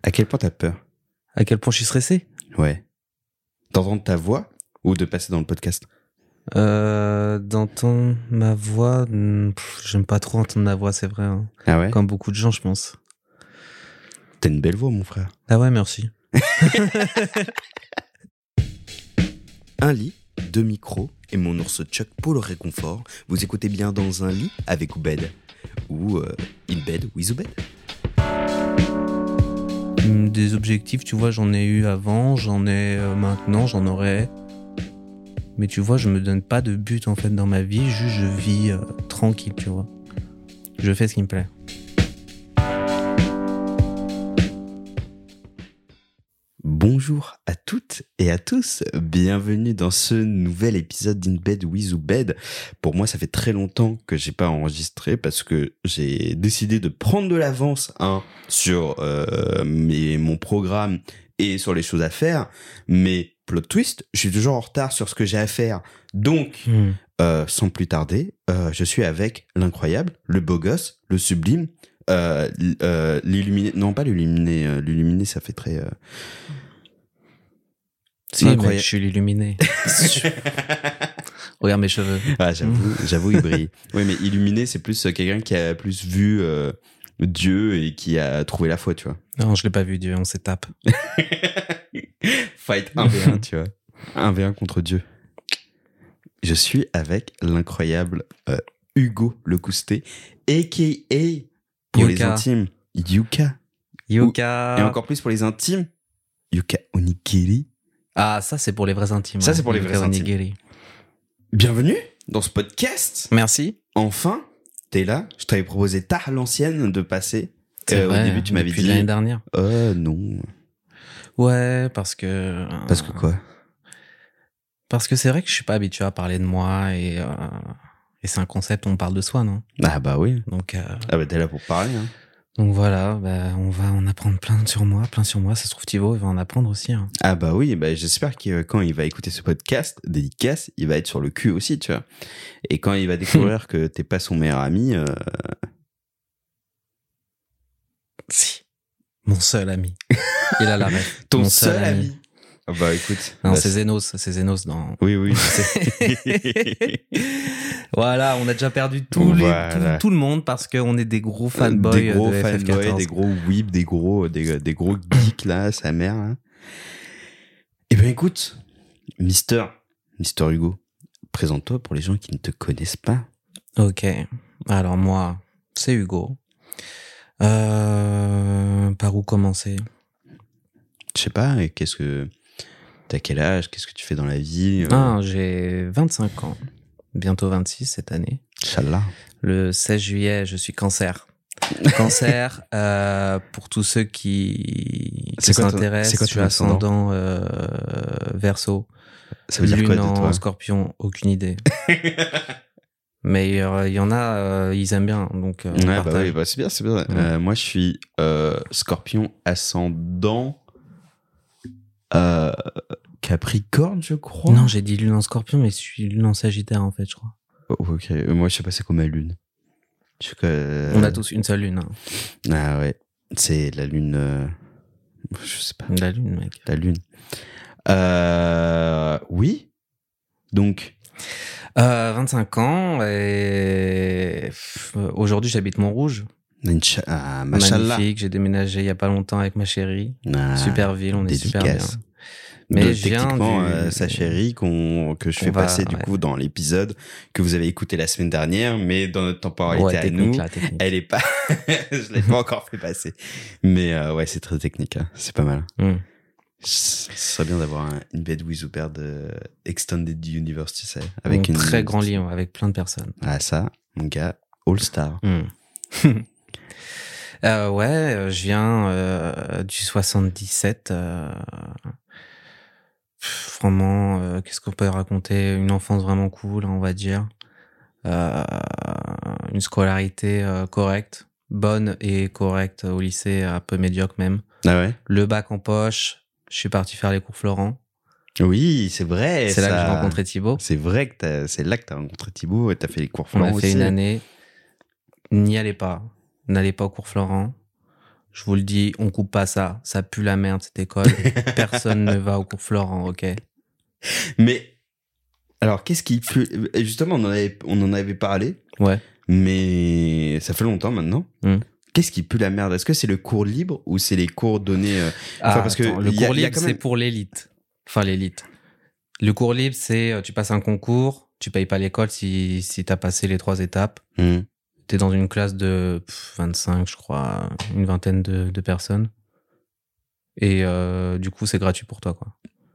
À quel point t'as peur? À quel point je suis stressé? Ouais. D'entendre ta voix ou de passer dans le podcast? D'entendre ma voix, j'aime pas trop entendre ma voix, c'est vrai. Hein. Ah ouais? Comme beaucoup de gens, je pense. T'as une belle voix, mon frère. Ah ouais, merci. Un lit, 2 micros et mon ours Chuck pour le réconfort. Vous écoutez bien Dans un lit avec Oubed. Ou In Bed with Oubed. Des objectifs, tu vois, j'en ai eu avant, j'en ai maintenant, j'en aurai. Mais tu vois, je me donne pas de but en fait dans ma vie, juste je vis tranquille, tu vois. Je fais ce qui me plaît. Bonjour à toutes et à tous, bienvenue dans ce nouvel épisode d'In Bed with Oubed. Pour moi, ça fait très longtemps que j'ai pas enregistré parce que j'ai décidé de prendre de l'avance sur mon programme et sur les choses à faire. Mais plot twist, je suis toujours en retard sur ce que j'ai à faire. Donc, sans plus tarder, je suis avec l'incroyable, le beau gosse, le sublime, l'illuminé. Non, pas l'illuminé. L'illuminé, ça fait très... Si, mais je suis l'illuminé. Regarde mes cheveux. Ah, j'avoue, il brille. Oui, mais illuminé, c'est plus quelqu'un qui a plus vu Dieu et qui a trouvé la foi, tu vois. Non, je l'ai pas vu, Dieu, on s'étape. Fight 1v1, tu vois. 1v1 contre Dieu. Je suis avec l'incroyable Hugo Lecoustet, a.k.a. pour les intimes, Yuka. Et encore plus pour les intimes, Yuka Onigiri. Ah, ça, c'est pour les vrais intimes. Ça, c'est pour les vrais intimes. Onigiri. Bienvenue dans ce podcast. Merci. Enfin, t'es là. Je t'avais proposé tard à l'ancienne de passer. C'est vrai, au début, tu m'avais dit... l'année dernière. Non. Ouais, parce que... Parce que quoi? Parce que c'est vrai que je suis pas habitué à parler de moi et c'est un concept où on parle de soi, non? Ah bah oui. Donc, Ah bah t'es là pour parler, hein. Donc voilà, on va en apprendre plein sur moi. Ça se trouve Thibaut, il va en apprendre aussi. Hein. Ah bah oui, bah j'espère que quand il va écouter ce podcast dédicace, il va être sur le cul aussi, tu vois. Et quand il va découvrir que t'es pas son meilleur ami... Si, mon seul ami. Il a la ref. Ton seul ami. Ah bah écoute. Non, bah, c'est Zénos dans... Oui. Voilà, on a déjà perdu tout le monde parce qu'on est des gros fanboys des gros de fanboys, FF14. des gros weebs, des gros geeks là, sa mère. Hein. Eh ben écoute, Mister Hugo, présente-toi pour les gens qui ne te connaissent pas. Ok, alors moi, c'est Hugo. Par où commencer? Je sais pas, t'as quel âge? Qu'est-ce que tu fais dans la vie? J'ai 25 ans. Bientôt 26 cette année. Inch'Allah. Le 16 juillet, je suis cancer. Cancer, pour tous ceux qui s'intéressent, je suis ascendant Verseau. Ça veut dire quoi de toi? Lune en Scorpion, aucune idée. Mais il y en a, ils aiment bien, donc ouais, bah oui, bah c'est bien. Moi, je suis Scorpion ascendant Capricorne, je crois. Non, j'ai dit Lune en Scorpion, mais je suis Lune en Sagittaire, en fait, je crois. Oh, ok, moi, je sais pas c'est quoi ma lune. On a tous une seule lune. Hein. Ah ouais, c'est la lune... Je sais pas. La lune, mec. La lune. Oui. Donc... 25 ans et aujourd'hui j'habite Montrouge. Magnifique, j'ai déménagé il y a pas longtemps avec ma chérie. Super ville, on est super bien. Mais techniquement, sa chérie que je fais passer du coup dans l'épisode que vous avez écouté la semaine dernière, mais dans notre temporalité à nous, elle est pas, je l'ai pas encore fait passer. Mais ouais, c'est très technique, hein. C'est pas mal. Ce serait bien d'avoir un In Bed with Oubed Extended Universe, tu sais, avec un très grand livre avec plein de personnes. Ah ça, mon gars, All Star. Ouais, je viens du 77. Vraiment, qu'est-ce qu'on peut raconter? Une enfance vraiment cool, on va dire. Une scolarité correcte, bonne et correcte au lycée, un peu médiocre même. Ah ouais. Le bac en poche. Je suis parti faire les cours Florent. Oui, c'est vrai. C'est là que j'ai rencontré Thibaut. C'est vrai que c'est là que t'as rencontré Thibaut et t'as fait les cours Florent aussi. On a fait une année. N'y allez pas. N'allez pas au cours Florent. Je vous le dis, on coupe pas ça. Ça pue la merde, cette école. Personne ne va au cours Florent, ok? Mais, alors, qu'est-ce qui pue? Justement, on en avait parlé. Ouais. Mais ça fait longtemps maintenant. Qu'est-ce qui pue la merde? Est-ce que c'est le cours libre ou c'est les cours donnés parce que le cours libre, c'est pour l'élite. Enfin, l'élite. Le cours libre, c'est tu passes un concours, tu payes pas l'école si t'as passé les 3 étapes. T'es dans une classe de 25, je crois, une vingtaine de personnes. Et du coup, c'est gratuit pour toi, quoi.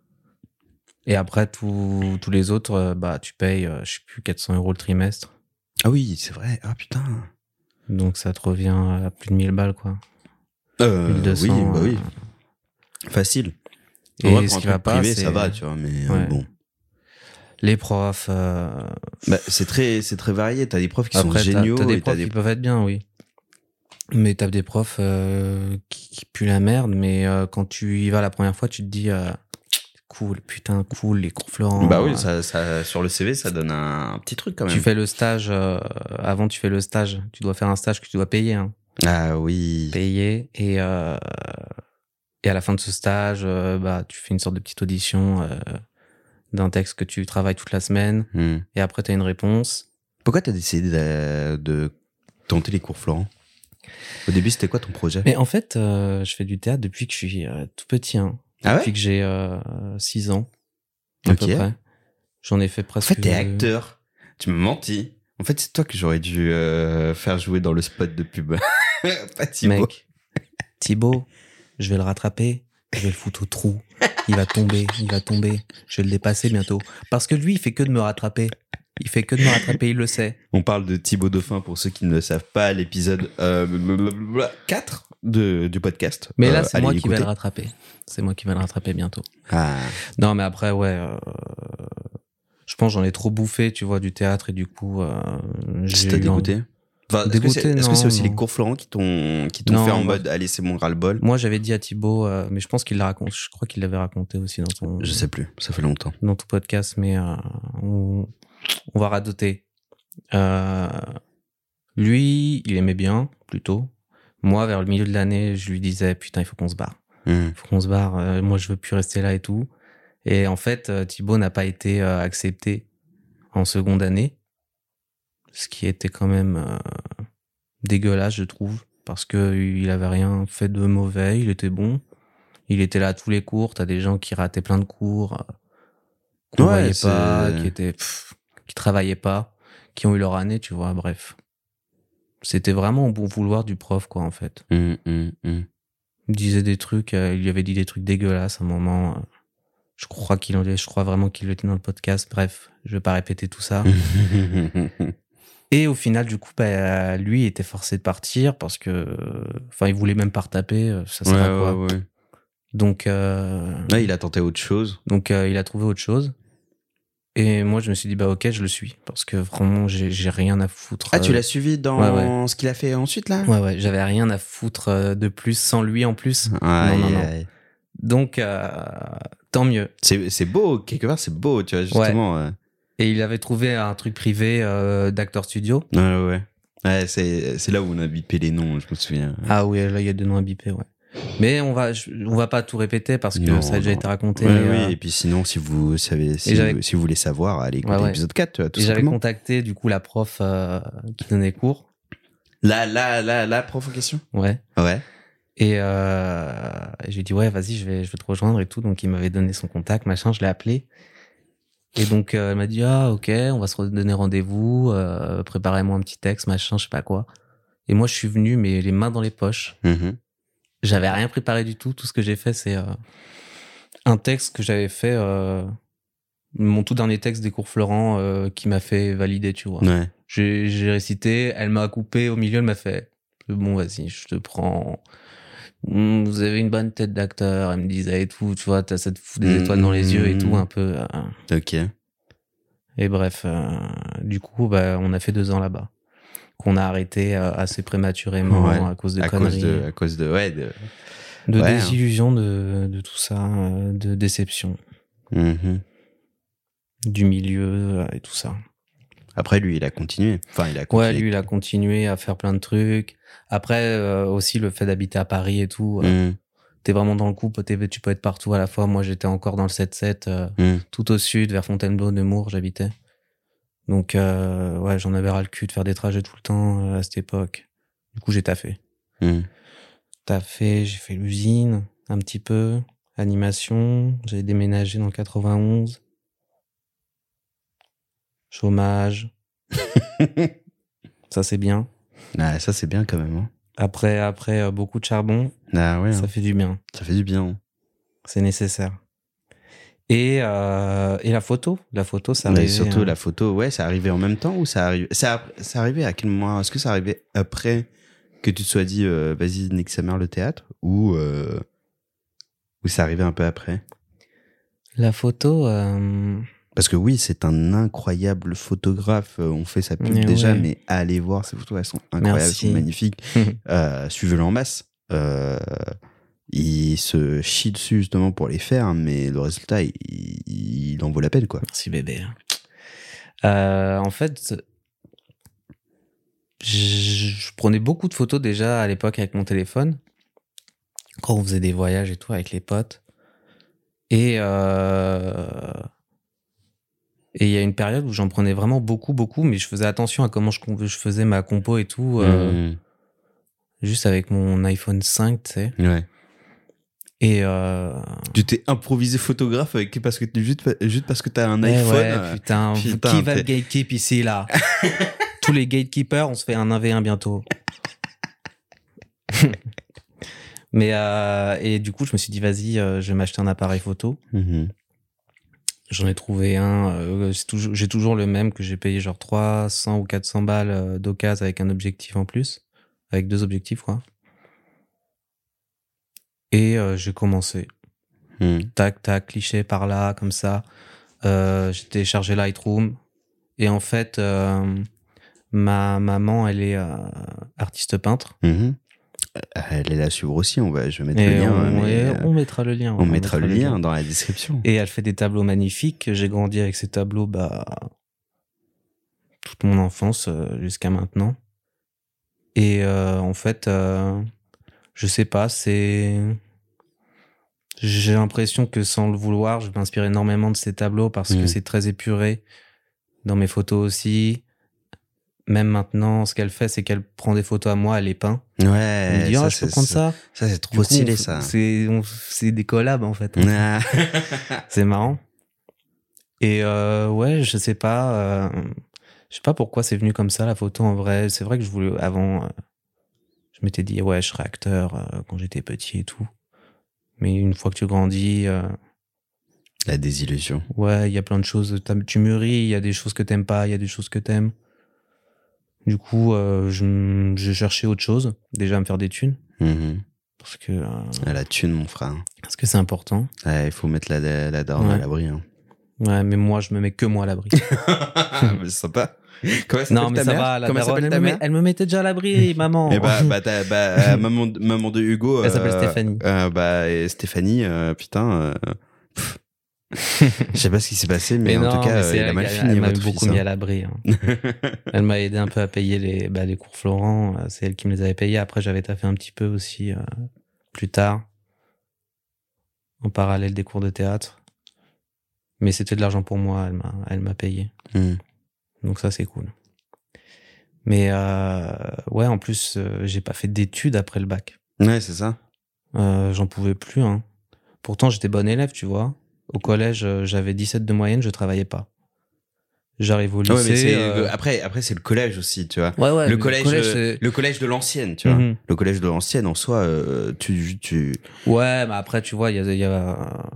Et après, tous les autres, tu payes, je sais plus, 400 € le trimestre. Ah oui, c'est vrai. Ah putain. Donc ça te revient à plus de 1000 balles, quoi. 1200. Oui, bah oui. Facile. Et vrai, ce qui va pas, privé, ça va, tu vois, mais bon. Les profs. C'est très varié. T'as des profs qui sont géniaux. T'as des profs qui peuvent être bien, oui. Mais t'as des profs qui puent la merde, mais quand tu y vas la première fois, tu te dis cool, putain, cool, les cours Florent. Bah oui, ça, sur le CV, ça donne un petit truc quand même. Tu fais le stage, avant tu fais le stage, tu dois faire un stage que tu dois payer. Hein. Ah oui. Payer, et à la fin de ce stage, tu fais une sorte de petite audition d'un texte que tu travailles toute la semaine, et après t'as une réponse. Pourquoi t'as décidé de tenter les cours Florent? Au début, c'était quoi ton projet? Mais en fait, je fais du théâtre depuis que je suis tout petit. Hein. Depuis que j'ai 6 ans, à peu près. J'en ai fait presque... En fait, t'es acteur. Tu m'as menti. En fait, c'est toi que j'aurais dû faire jouer dans le spot de pub. Pas Thibaut. Mec, Thibaut, je vais le rattraper. Je vais le foutre au trou. Il va tomber. Je vais le dépasser bientôt. Parce que lui, il fait que de me rattraper. Il le sait. On parle de Thibaut Dauphin pour ceux qui ne le savent pas, l'épisode 4 du podcast. Mais là, c'est moi qui vais le rattraper. C'est moi qui vais le rattraper bientôt. Ah. Non, mais après, je pense que j'en ai trop bouffé, tu vois, du théâtre, et du coup... T'as dégoûté? Enfin, est-ce que c'est aussi les cours Florent qui t'ont fait en mode allez, c'est mon ras-le-bol? Moi, j'avais dit à Thibaut, mais je pense qu'il l'a raconté. Je crois qu'il l'avait raconté aussi dans ton... Je sais plus, ça fait longtemps. Dans ton podcast, mais on va radoter. Lui, il aimait bien, plutôt. Moi, vers le milieu de l'année, je lui disais, putain, il faut qu'on se barre. Faut qu'on se barre. Moi, je veux plus rester là et tout. Et en fait, Thibaut n'a pas été accepté en seconde année. Ce qui était quand même dégueulasse, je trouve. Parce que il avait rien fait de mauvais, il était bon. Il était là à tous les cours. T'as des gens qui rataient plein de cours, qu'on voyait pas, qui travaillaient pas, qui ont eu leur année, tu vois, bref. C'était vraiment au bon vouloir du prof, quoi, en fait. Il disait des trucs, il lui avait dit des trucs dégueulasses à un moment. Je crois vraiment qu'il était dans le podcast. Bref, je vais pas répéter tout ça. Et au final, du coup, lui, il était forcé de partir parce que, il voulait même pas retaper. Ça sert à quoi? Ouais. Donc, il a tenté autre chose. Donc, il a trouvé autre chose. Et moi, je me suis dit, ok, je le suis. Parce que vraiment, j'ai rien à foutre. Ah, tu l'as suivi dans ce qu'il a fait ensuite, là? Ouais, j'avais rien à foutre de plus, sans lui en plus. Non. Donc, tant mieux. C'est beau, quelque part, c'est beau, tu vois, justement. Ouais. Et il avait trouvé un truc privé d'acteur studio. Ouais. Ouais, c'est là où on a bipé les noms, je me souviens. Ah oui, là, il y a des noms à biper, ouais. Mais on va pas tout répéter parce que ça a déjà été raconté. Oui, et puis sinon, si vous voulez savoir, allez écouter l'épisode 4, tout simplement. J'avais contacté, du coup, la prof qui donnait cours. La prof en question? Ouais. Ouais. Et je lui ai dit, ouais, vas-y, je vais te rejoindre et tout. Donc, il m'avait donné son contact, machin, je l'ai appelé. Et donc, elle m'a dit, ah, ok, on va se redonner rendez-vous, préparez-moi un petit texte, machin, je sais pas quoi. Et moi, je suis venu, mais les mains dans les poches. J'avais rien préparé du tout. Tout ce que j'ai fait, c'est un texte que j'avais fait, mon tout dernier texte des cours Florent, qui m'a fait valider, tu vois. Ouais. J'ai récité, elle m'a coupé au milieu, elle m'a fait, bon, vas-y, je te prends. Vous avez une bonne tête d'acteur, elle me disait et tout, tu vois, ça te fout des étoiles dans les yeux et tout, un peu. Ok. Et bref, du coup, on a fait 2 ans là-bas. Qu'on a arrêté assez prématurément à cause de conneries. À cause de désillusion, de tout ça, de déception. Du milieu et tout ça. Après, lui, il a continué. Enfin, il a Ouais, continué. lui, il a continué à faire plein de trucs. Après, aussi, le fait d'habiter à Paris et tout, t'es vraiment dans le coup, tu peux être partout à la fois. Moi, j'étais encore dans le 7-7, tout au sud, vers Fontainebleau, Nemours, j'habitais. Donc, ouais, j'en avais ras le cul de faire des trajets tout le temps à cette époque. Du coup, j'ai taffé. J'ai fait l'usine, un petit peu, animation. J'ai déménagé dans le 91. Chômage. Ça, c'est bien. Ah, ça, c'est bien quand même. Hein. Après beaucoup de charbon. Ah ouais. Ça fait du bien. Ça fait du bien. C'est nécessaire. Et la photo, ça mais arrivait. surtout la photo, ouais, ça arrivait en même temps ou ça arrivait à quel moment? Est-ce que ça arrivait après que tu te sois dit vas-y nique sa mère le théâtre ou ça arrivait un peu après? La photo. Parce que oui, c'est un incroyable photographe. On fait sa pub déjà, ouais. Mais allez voir ces photos, elles sont incroyables, elles sont magnifiques. Suivez-le en masse. Il se chie dessus justement pour les faire, mais le résultat, il en vaut la peine, quoi. Merci bébé. En fait, je prenais beaucoup de photos déjà à l'époque avec mon téléphone, quand on faisait des voyages et tout avec les potes. Et il y a une période où j'en prenais vraiment beaucoup, mais je faisais attention à comment je faisais ma compo et tout, juste avec mon iPhone 5, tu sais. Ouais. Et tu t'es improvisé photographe juste parce que t'as un iPhone. Ouais, putain, qui va le gatekeep ici, là? Tous les gatekeepers, on se fait un 1v1 bientôt. Mais et du coup, je me suis dit, vas-y, je vais m'acheter un appareil photo. J'en ai trouvé un. J'ai toujours le même que j'ai payé genre 300 ou 400 balles d'occasion avec un objectif en plus. Avec 2 objectifs, quoi. Et j'ai commencé. Tac, tac, cliché par là, comme ça. J'ai téléchargé Lightroom. Et en fait, ma maman, elle est artiste peintre. Elle est là à suivre aussi. Je vais mettre le lien. On mettra le lien. On mettra le lien dans la description. Et elle fait des tableaux magnifiques. J'ai grandi avec ces tableaux toute mon enfance jusqu'à maintenant. Et en fait, je sais pas, j'ai l'impression que sans le vouloir, je m'inspire énormément de ces tableaux parce que c'est très épuré. Dans mes photos aussi. Même maintenant, ce qu'elle fait, c'est qu'elle prend des photos à moi, elle les peint. Ouais. Elle me dit, je peux prendre ça. Ça, c'est trop stylé, ça. C'est des collabs, en fait. C'est marrant. Et ouais, je sais pas pourquoi c'est venu comme ça, la photo, en vrai. C'est vrai que avant, je m'étais dit, ouais, je serais acteur quand j'étais petit et tout. Mais une fois que tu grandis... la désillusion. Ouais, il y a plein de choses. Tu mûris, il y a des choses que t'aimes pas, il y a des choses que t'aimes. Du coup, je cherchais autre chose. Déjà, à me faire des thunes. Parce que... la thune, mon frère. Parce que c'est important. Ouais, il faut mettre la daronne à l'abri. Hein. Ouais, mais moi, je me mets que moi à l'abri. C'est sympa. Comment non, mais ça va, la daronne, elle me mettait déjà à l'abri, maman. Et maman de Hugo. Elle s'appelle Stéphanie. Et Stéphanie, putain... je sais pas ce qui s'est passé, mais en tout cas, il a mal fini. Elle m'a beaucoup mis à l'abri. Hein. Elle m'a aidé un peu à payer les cours Florent. C'est elle qui me les avait payés. Après, j'avais taffé un petit peu aussi plus tard, en parallèle des cours de théâtre. Mais c'était de l'argent pour moi. Elle m'a payé. Donc ça, c'est cool. Mais ouais, en plus, j'ai pas fait d'études après le bac. Ouais, c'est ça. J'en pouvais plus. Hein. Pourtant, j'étais bon élève, tu vois. Au collège, j'avais 17 de moyenne, je travaillais pas. J'arrive au lycée. Ouais, mais après, c'est le collège aussi, tu vois. Ouais, le collège de l'ancienne, tu vois. Le collège de l'ancienne, en soi, tu... Ouais, mais après, tu vois, il y a...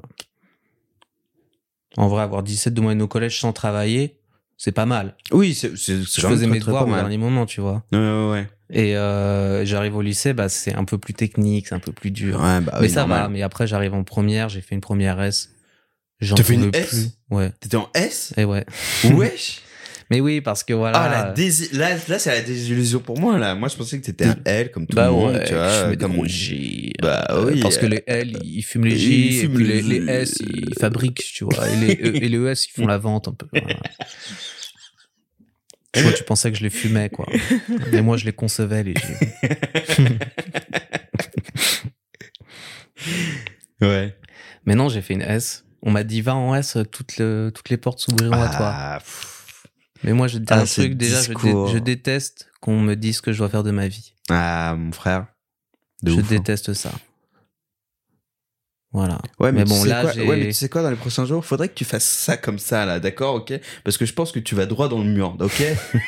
En vrai, avoir 17 de moyenne au collège sans travailler, c'est pas mal. Oui, je faisais mes devoirs au dernier moment, tu vois. Ouais. Et j'arrive au lycée, c'est un peu plus technique, c'est un peu plus dur. Ouais, mais ça va. Mais après, j'arrive en première, j'ai fait une première S. T'as fait une S plus. Ouais. T'étais en S? Et ouais. Wesh. Mais oui, parce que voilà. Là, c'est la désillusion pour moi, là. Moi, je pensais que t'étais un L, comme tout le monde, tu vois. Je fais comme J. Oui. Parce que les L, ils fument les J, et puis les S, ils fabriquent, tu vois. Et les ES, ils font la vente, un peu. Voilà. Tu vois, tu pensais que je les fumais, quoi. Mais moi, je les concevais, les jus. Ouais. Mais non, j'ai fait une S. On m'a dit, va en S, toutes les portes s'ouvriront à toi. Mais moi, je te dis un truc, déjà, je déteste qu'on me dise ce que je dois faire de ma vie. Ah, mon frère. Je déteste ça. Voilà. Ouais, mais bon, là, mais tu sais quoi, dans les prochains jours, faudrait que tu fasses ça comme ça, là, d'accord, ok? Parce que je pense que tu vas droit dans le mur, ok?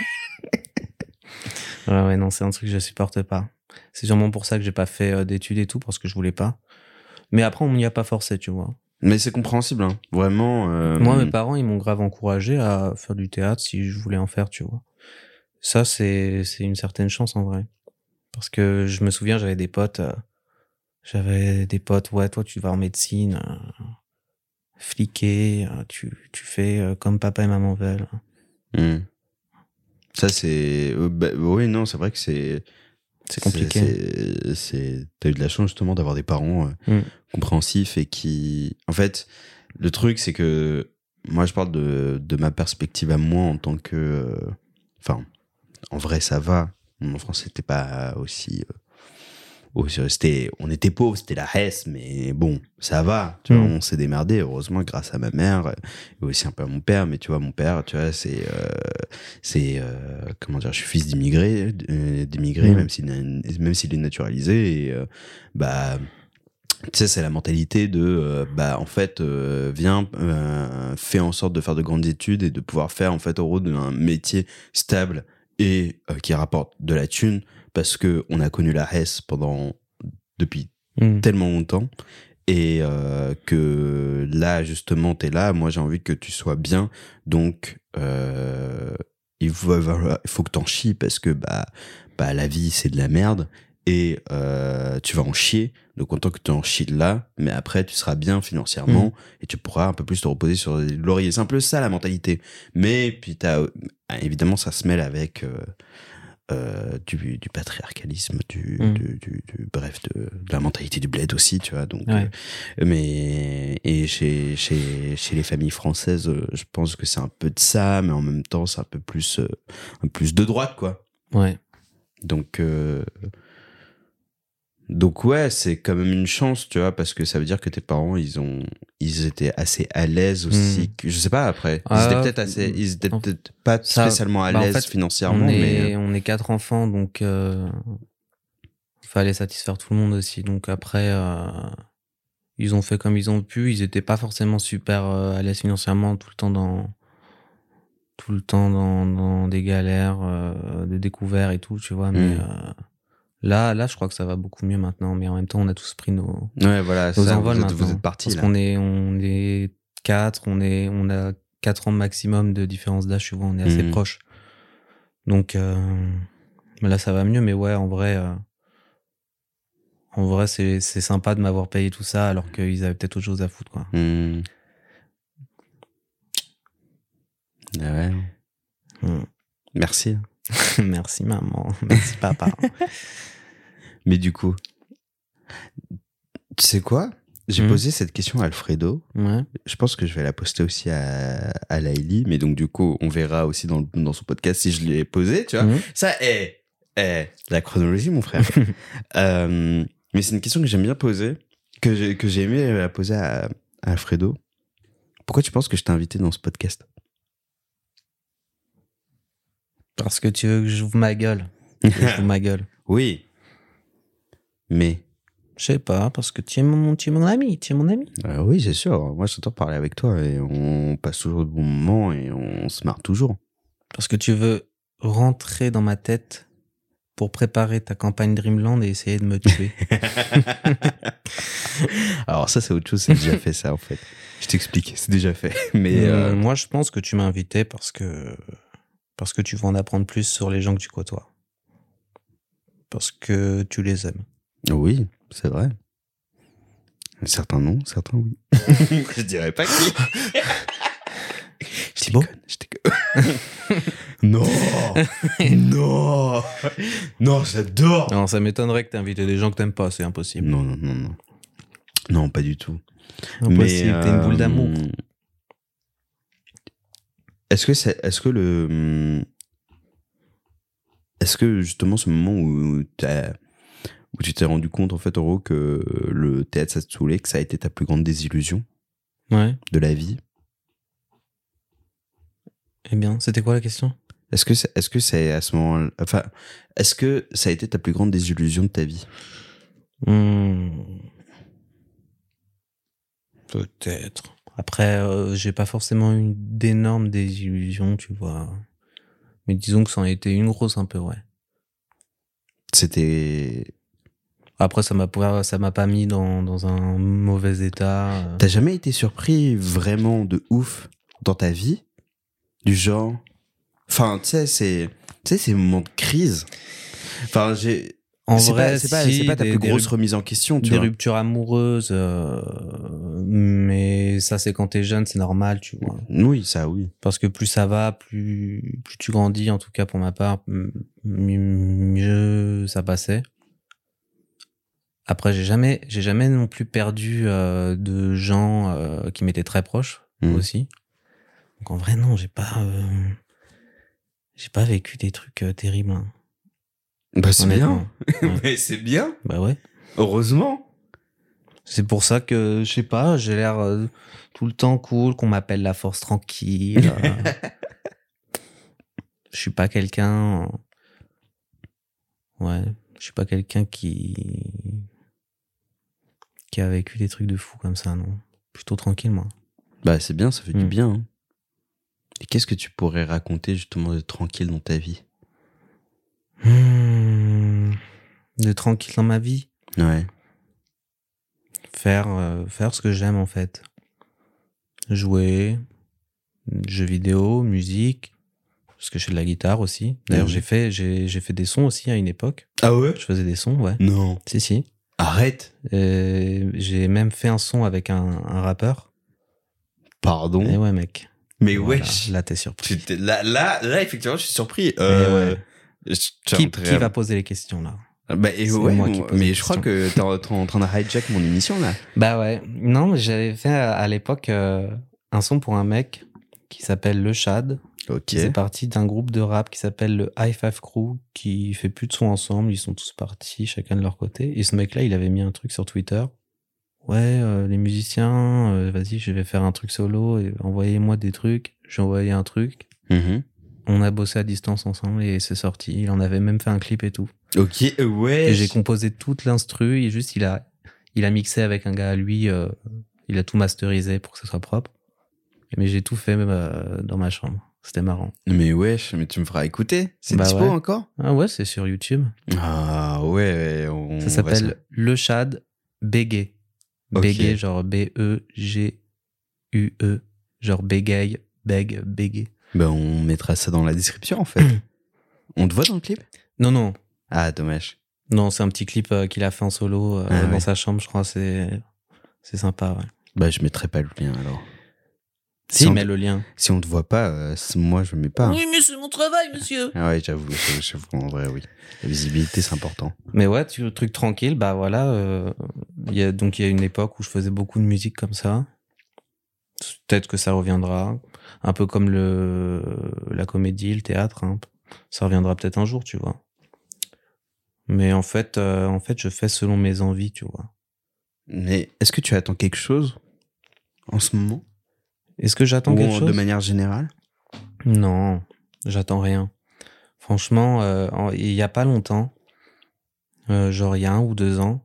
Ouais, non, c'est un truc que je supporte pas. C'est sûrement pour ça que j'ai pas fait d'études et tout, parce que je voulais pas. Mais après, on m'y a pas forcé, tu vois. Mais c'est compréhensible, hein. Vraiment. Moi, mes parents, ils m'ont grave encouragé à faire du théâtre si je voulais en faire, tu vois. Ça, c'est une certaine chance, en vrai. Parce que je me souviens, j'avais des potes, ouais, toi, tu vas en médecine, fliqué, tu fais comme papa et maman veulent. Ça, c'est... oui, non, c'est vrai que c'est compliqué. T'as eu de la chance, justement, d'avoir des parents compréhensifs et qui... En fait, le truc, c'est que... Moi, je parle de ma perspective à moi en tant que... Enfin, en vrai, ça va. Mon enfance, c'était pas aussi... on était pauvres, c'était la Hesse, mais bon, ça va, tu vois, on s'est démerdé, heureusement, grâce à ma mère, et aussi un peu à mon père, mais tu vois, mon père, tu vois, comment dire, je suis fils d'immigrés, même s'il est naturalisé, et tu sais, c'est la mentalité de, en fait, viens, fais en sorte de faire de grandes études et de pouvoir faire, en fait, au gros, d'un métier stable et qui rapporte de la thune, parce que on a connu la Hesse depuis tellement longtemps, et que là, justement, t'es là, moi, j'ai envie que tu sois bien, donc il faut que t'en chies, parce que la vie, c'est de la merde, et tu vas en chier, donc autant que tu en chies là, mais après tu seras bien financièrement et tu pourras un peu plus te reposer sur les lauriers. C'est un peu ça la mentalité. Mais puis évidemment, ça se mêle avec du patriarcalisme, bref, de la mentalité du bled aussi, tu vois. Donc, et chez les familles françaises, je pense que c'est un peu de ça, mais en même temps, c'est un peu plus de droite, quoi. Ouais. Donc ouais, c'est quand même une chance, tu vois, parce que ça veut dire que tes parents, ils étaient assez à l'aise aussi. Je sais pas, après. Ils étaient peut-être pas spécialement à l'aise, en fait, financièrement, mais... On est 4 enfants, donc fallait satisfaire tout le monde aussi. Donc après, ils ont fait comme ils ont pu. Ils étaient pas forcément super à l'aise financièrement tout le temps dans des galères, de découvertes et tout, tu vois, mais... Là, je crois que ça va beaucoup mieux maintenant, mais en même temps, on a tous pris nos envols maintenant. Vous êtes partis, parce qu'on est 4, on a 4 ans maximum de différence d'âge, tu vois, on est assez proches. Donc, là, ça va mieux, mais ouais, en vrai, c'est sympa de m'avoir payé tout ça, alors qu'ils avaient peut-être autre chose à foutre, quoi. Ah ouais. Merci. Merci, maman. Merci, papa. Mais du coup, tu sais quoi? J'ai posé cette question à Alfredo. Ouais. Je pense que je vais la poster aussi à Laïli, mais donc du coup, on verra aussi dans son podcast si je l'ai posé, tu vois. Ça est la chronologie, mon frère. Mais c'est une question que j'aime bien poser, que j'ai aimé la poser à Alfredo. Pourquoi tu penses que je t'ai invité dans ce podcast? Parce que tu veux que j'ouvre ma gueule. J'ouvre ma gueule. Oui. Mais... Je sais pas, parce que tu es mon ami, oui, c'est sûr. Moi, j'entends parler avec toi et on passe toujours de bons moments et on se marre toujours. Parce que tu veux rentrer dans ma tête pour préparer ta campagne Dreamland et essayer de me tuer. Alors ça, c'est autre chose, c'est déjà fait ça, en fait. Je t'explique, c'est déjà fait. Mais moi, je pense que tu m'as invité parce que tu veux en apprendre plus sur les gens que tu côtoies. Parce que tu les aimes. Oui, c'est vrai. Certains non, certains oui. Je dirais pas qui. Je déconne. Non. Non, j'adore. Non, ça m'étonnerait que t'aies invité des gens que t'aimes pas, c'est impossible. Non. Non, pas du tout. Impossible, t'es une boule d'amour. Est-ce que Est-ce que justement ce moment où tu t'es rendu compte en fait en gros que le théâtre ça te saoulait, que ça a été ta plus grande désillusion Ouais. de la vie? Eh bien, c'était quoi la question? Est-ce que c'est à ce moment, enfin, est-ce que ça a été ta plus grande désillusion de ta vie? Peut-être. Après, j'ai pas forcément eu d'énormes désillusions, tu vois. Mais disons que ça en a été une grosse un peu, ouais. C'était... Après, ça m'a pas mis dans un mauvais état. T'as jamais été surpris vraiment de ouf dans ta vie? Du genre... Enfin, tu sais, ces moments de crise. Enfin, En c'est vrai, c'est pas ta plus grosse remise en question, tu des vois. ruptures amoureuses, mais ça, c'est quand t'es jeune, c'est normal, tu vois. Oui, ça, oui. Parce que plus ça va, plus tu grandis, en tout cas pour ma part, mieux ça passait. Après, j'ai jamais non plus perdu de gens qui m'étaient très proches aussi. Donc en vrai, non, j'ai pas vécu des trucs terribles. Hein. Bah c'est Honnêtement. bien. Ouais. Mais c'est bien. Bah ouais. Heureusement. C'est pour ça que, je sais pas, j'ai l'air tout le temps cool, qu'on m'appelle la force tranquille. Je suis pas quelqu'un... Ouais, je suis pas quelqu'un qui a vécu des trucs de fou comme ça, non. Plutôt tranquille, moi. Bah c'est bien, ça fait du bien. Hein. Et qu'est-ce que tu pourrais raconter justement de tranquille dans ta vie? De tranquille dans ma vie? Ouais. Faire ce que j'aime en fait. Jouer, jeux vidéo, musique, parce que je fais de la guitare aussi. D'ailleurs, j'ai fait des sons aussi à une époque. Ah ouais? Je faisais des sons, ouais. Non. Si. Arrête. J'ai même fait un son avec un rappeur. Pardon? Et ouais, mec. Mais voilà. wesh. Là, t'es surpris. Là, effectivement, je suis surpris. Ouais. Qui va va poser les questions, là? Bah, C'est ouais, moi qui pose mais les je crois questions. que t'es en train de hijack mon émission, là. Bah ouais. Non, mais j'avais fait à l'époque un son pour un mec qui s'appelle Le Chad. Ok. C'est parti d'un groupe de rap qui s'appelle le High Five Crew, qui fait plus de sons ensemble. Ils sont tous partis, chacun de leur côté. Et ce mec-là, il avait mis un truc sur Twitter. Ouais, les musiciens, vas-y, je vais faire un truc solo et envoyez-moi des trucs. J'ai envoyé un truc. On a bossé à distance ensemble et c'est sorti. Il en avait même fait un clip et tout. Ok, ouais. Et j'ai composé toute l'instru et juste il a mixé avec un gars à lui. Il a tout masterisé pour que ce soit propre. Mais j'ai tout fait dans ma chambre. C'était marrant. Mais wesh, mais tu me feras écouter. C'est dispo ouais. encore? Ah ouais, c'est sur YouTube. Ah ouais. Ça s'appelle Le Chad Bégué. Okay. Bégué, genre B-E-G-U-E. Genre bégaye, bégué. Ben, on mettra ça dans la description, en fait. On te voit dans le clip? Non. Ah, dommage. Non, c'est un petit clip qu'il a fait en solo dans sa chambre, je crois. C'est sympa, ouais. Bah, je mettrai pas le lien, alors. Si, mets le lien. Si on te voit pas, moi, je mets pas. Oui, mais c'est mon travail, monsieur. Ah ouais, j'avoue, en vrai, oui. La visibilité, c'est important. Mais ouais, truc tranquille, bah voilà. Il y a une époque où je faisais beaucoup de musique comme ça. Peut-être que ça reviendra. Un peu comme la comédie, le théâtre. Hein. Ça reviendra peut-être un jour, tu vois. Mais en fait, je fais selon mes envies, tu vois. Mais est-ce que tu attends quelque chose en ce moment? Est-ce que j'attends quelque chose? De manière générale? Non, j'attends rien. Franchement, il y a pas longtemps, genre il y a 1 ou 2 ans,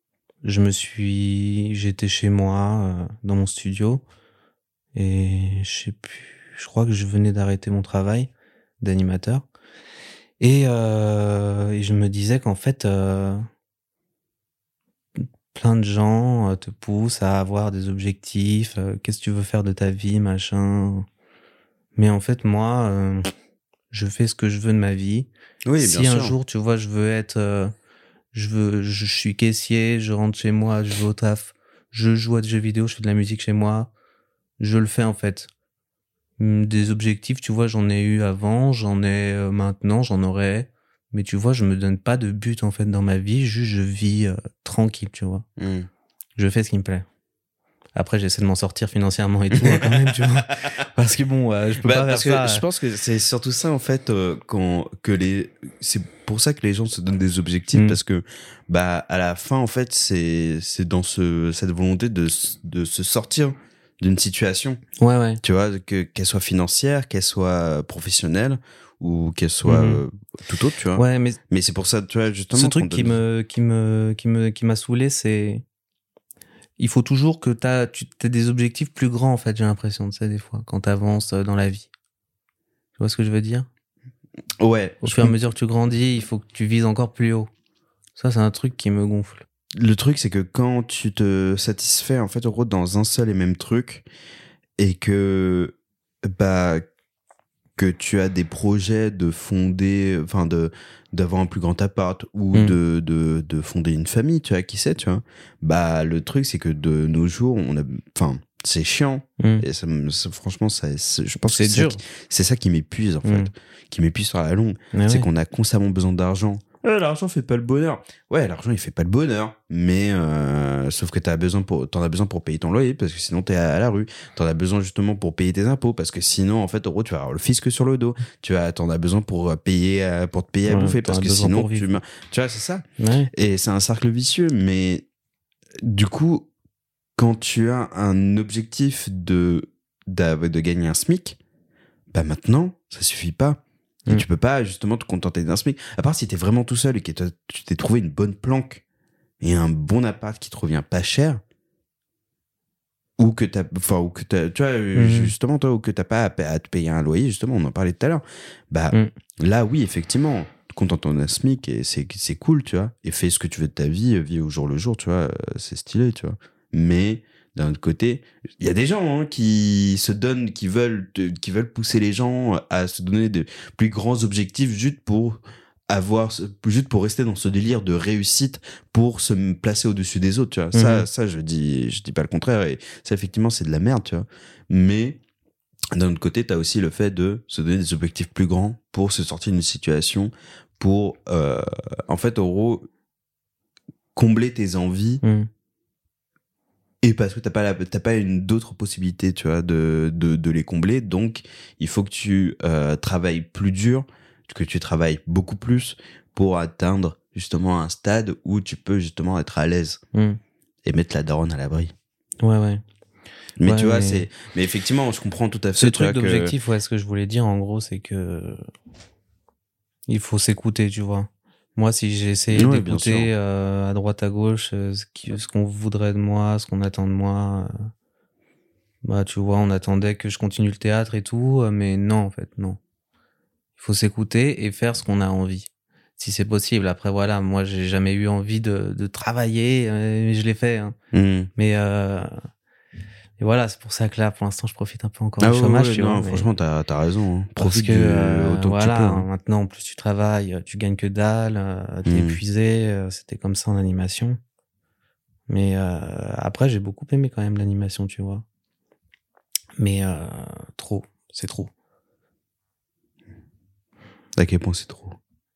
j'étais chez moi, dans mon studio, et je sais plus, je crois que je venais d'arrêter mon travail d'animateur, et je me disais qu'en fait, plein de gens te poussent à avoir des objectifs, qu'est-ce que tu veux faire de ta vie, machin. Mais en fait, moi, je fais ce que je veux de ma vie. Oui, si bien un sûr. jour, tu vois, je veux être, je suis caissier, je rentre chez moi, je vais au taf, je joue à des jeux vidéo, je fais de la musique chez moi, je le fais en fait. Des objectifs, tu vois, j'en ai eu avant, j'en ai maintenant, j'en aurai. Mais tu vois, je me donne pas de but en fait dans ma vie, juste je vis tranquille, tu vois. Je fais ce qui me plaît. Après, j'essaie de m'en sortir financièrement et tout, quand même, tu vois. Parce que bon, je peux pas faire ça. Je pense que c'est surtout ça, en fait, c'est pour ça que les gens se donnent des objectifs, parce que, à la fin, en fait, c'est dans cette volonté de se sortir d'une situation. Ouais. Tu vois, qu'elle soit financière, qu'elle soit professionnelle, ou qu'elle soit tout autre, tu vois. Ouais, mais c'est pour ça, tu vois, justement. Ce truc qui m'a saoulé, c'est il faut toujours que tu aies des objectifs plus grands, en fait, j'ai l'impression, tu sais, des fois, quand t'avances dans la vie. Tu vois ce que je veux dire? Ouais. Au fur et à mesure que tu grandis, il faut que tu vises encore plus haut. Ça, c'est un truc qui me gonfle. Le truc, c'est que quand tu te satisfais, en fait, en gros, dans un seul et même truc, et que, que tu as des projets de fonder, enfin, d'avoir un plus grand appart, ou de fonder une famille, tu vois, qui sait, tu vois. Le truc, c'est que de nos jours, c'est chiant. Et franchement, je pense que c'est ça qui m'épuise, en fait. Qui m'épuise sur la longue. C'est qu'on a constamment besoin d'argent. L'argent fait pas le bonheur. Ouais, l'argent, il fait pas le bonheur. Mais, sauf que t'en as besoin pour payer ton loyer, parce que sinon t'es à la rue. T'en as besoin justement pour payer tes impôts, parce que sinon, en fait, en gros, tu vas avoir le fisc sur le dos. T'en as besoin pour te payer à bouffer, parce que sinon, tu vois, c'est ça. Ouais. Et c'est un cercle vicieux. Mais, du coup, quand tu as un objectif de gagner un SMIC, maintenant, ça suffit pas. Et tu peux pas justement te contenter d'un SMIC. À part si t'es vraiment tout seul et que tu t'es trouvé une bonne planque et un bon appart qui te revient pas cher, ou que tu vois, justement, toi, ou que t'as pas à te payer un loyer, justement, on en parlait tout à l'heure. Là, oui, effectivement, contente-toi d'un SMIC et c'est cool, tu vois. Et fais ce que tu veux de ta vie, vis au jour le jour, tu vois, c'est stylé, tu vois. Mais, d'un autre côté, il y a des gens qui se donnent, qui veulent pousser les gens à se donner de plus grands objectifs juste pour rester dans ce délire de réussite, pour se placer au-dessus des autres, tu vois. Ça, je dis pas le contraire, et ça, effectivement, c'est de la merde, tu vois. Mais, d'un autre côté, t'as aussi le fait de se donner des objectifs plus grands pour se sortir d'une situation, pour, en fait, en gros, combler tes envies. Et parce que t'as pas d'autres possibilités, tu vois, de les combler. Donc, il faut que tu travailles plus dur, que tu travailles beaucoup plus pour atteindre justement un stade où tu peux justement être à l'aise et mettre la daronne à l'abri. Ouais. Mais tu vois, mais effectivement, je comprends tout à fait. Ce truc d'objectif, ce que je voulais dire, en gros, c'est que il faut s'écouter, tu vois. Moi, si j'ai essayé d'écouter à droite à gauche ce qu'on voudrait de moi, ce qu'on attend de moi, tu vois, on attendait que je continue le théâtre et tout, mais non, en fait, non. Il faut s'écouter et faire ce qu'on a envie, si c'est possible. Après, voilà, moi, j'ai jamais eu envie de travailler, mais je l'ai fait. Hein. Mais et voilà, c'est pour ça que là, pour l'instant, je profite un peu encore du chômage. Tu vois, franchement, t'as raison. Hein. Profite autant que tu peux. Hein. Maintenant, en plus, tu travailles, tu gagnes que dalle, t'es épuisé. C'était comme ça en animation. Mais après, j'ai beaucoup aimé quand même l'animation, tu vois. Mais trop, c'est trop. À quel point c'est trop?